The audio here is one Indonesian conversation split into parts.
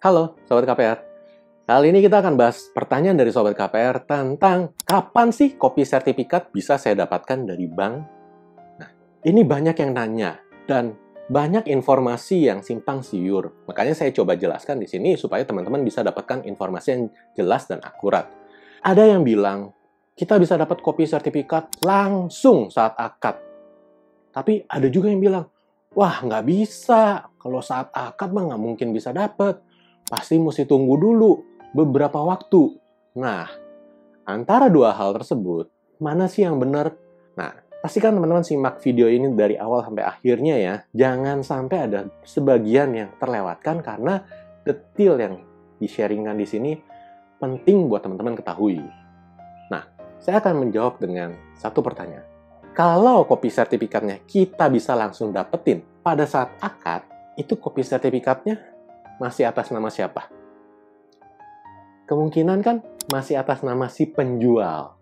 Halo Sobat KPR, kali ini kita akan bahas pertanyaan dari Sobat KPR tentang kapan sih kopi sertifikat bisa saya dapatkan dari bank? Nah, ini banyak yang nanya dan banyak informasi yang simpang siur. Makanya saya coba jelaskan di sini supaya teman-teman bisa dapatkan informasi yang jelas dan akurat. Ada yang bilang, kita bisa dapat kopi sertifikat langsung saat akad. Tapi ada juga yang bilang, wah nggak bisa, kalau saat akad mah nggak mungkin bisa dapat. Pasti mesti tunggu dulu beberapa waktu. Nah, antara dua hal tersebut, mana sih yang benar? Nah, pastikan teman-teman simak video ini dari awal sampai akhirnya ya. Jangan sampai ada sebagian yang terlewatkan karena detail yang di-sharingkan di sini penting buat teman-teman ketahui. Nah, saya akan menjawab dengan satu pertanyaan. Kalau kopi sertifikatnya kita bisa langsung dapetin pada saat akad, itu kopi sertifikatnya masih atas nama siapa? Kemungkinan kan masih atas nama si penjual.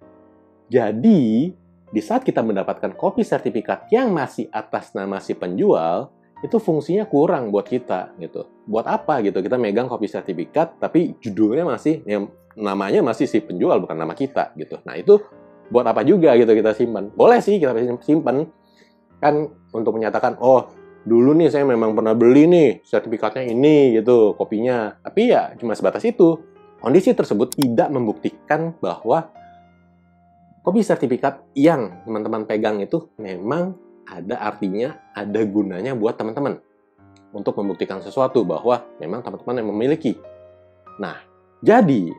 Jadi, di saat kita mendapatkan kopi sertifikat yang masih atas nama si penjual, itu fungsinya kurang buat kita gitu. Buat apa gitu? Kita megang kopi sertifikat tapi judulnya masih namanya masih si penjual bukan nama kita gitu. Nah, itu buat apa juga gitu kita simpan? Boleh sih kita simpan kan untuk menyatakan dulu nih saya memang pernah beli nih sertifikatnya ini gitu kopinya. Tapi ya cuma sebatas itu. Kondisi tersebut tidak membuktikan bahwa kopi sertifikat yang teman-teman pegang itu memang ada artinya, ada gunanya buat teman-teman. Untuk membuktikan sesuatu bahwa memang teman-teman yang memiliki. Nah, jadi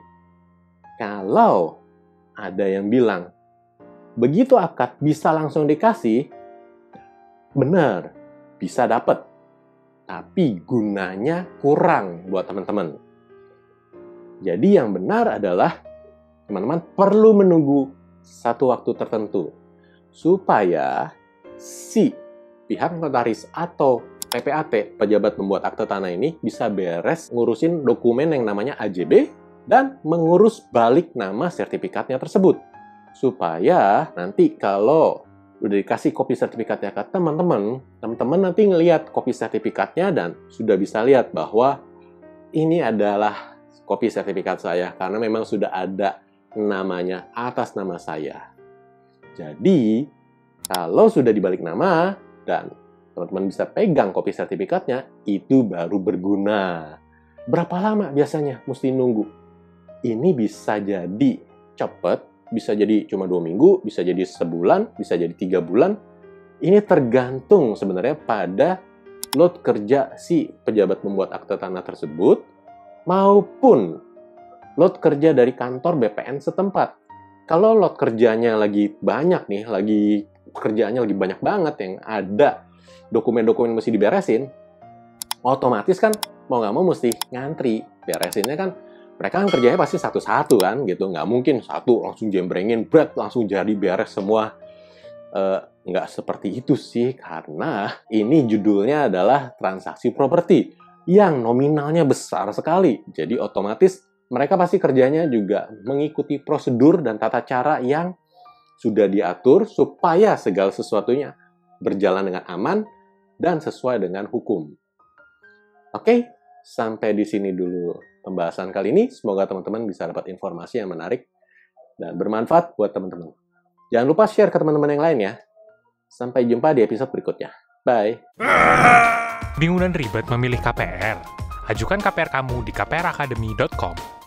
kalau ada yang bilang begitu akad bisa langsung dikasih, benar. Bisa dapat, tapi gunanya kurang buat teman-teman. Jadi yang benar adalah teman-teman perlu menunggu satu waktu tertentu supaya si pihak notaris atau PPAT, pejabat pembuat akte tanah ini bisa beres ngurusin dokumen yang namanya AJB dan mengurus balik nama sertifikatnya tersebut. Supaya nanti kalau udah dikasih kopi sertifikatnya ke teman-teman nanti ngelihat kopi sertifikatnya dan sudah bisa lihat bahwa ini adalah kopi sertifikat saya karena memang sudah ada namanya atas nama saya. Jadi, kalau sudah dibalik nama dan teman-teman bisa pegang kopi sertifikatnya, itu baru berguna. Berapa lama biasanya mesti nunggu? Ini bisa jadi cepat, bisa jadi cuma 2 minggu, bisa jadi sebulan, bisa jadi 3 bulan. Ini tergantung sebenarnya pada load kerja si pejabat membuat akte tanah tersebut maupun load kerja dari kantor BPN setempat. Kalau load kerjanya lagi banyak nih, kerjaannya lagi banyak banget yang ada dokumen-dokumen mesti diberesin, otomatis kan mau nggak mau mesti ngantri. Beresinnya kan mereka kan kerjanya pasti satu-satu kan gitu, nggak mungkin satu langsung jembrengin langsung jadi beres semua. Nggak seperti itu sih, karena ini judulnya adalah transaksi properti yang nominalnya besar sekali. Jadi otomatis mereka pasti kerjanya juga mengikuti prosedur dan tata cara yang sudah diatur supaya segala sesuatunya berjalan dengan aman dan sesuai dengan hukum. Oke, sampai di sini dulu pembahasan kali ini. Semoga teman-teman bisa dapat informasi yang menarik dan bermanfaat buat teman-teman. Jangan lupa share ke teman-teman yang lain ya. Sampai jumpa di episode berikutnya. Bye. Bingung dan ribet memilih KPR? Ajukan KPR kamu di kpracademy.com.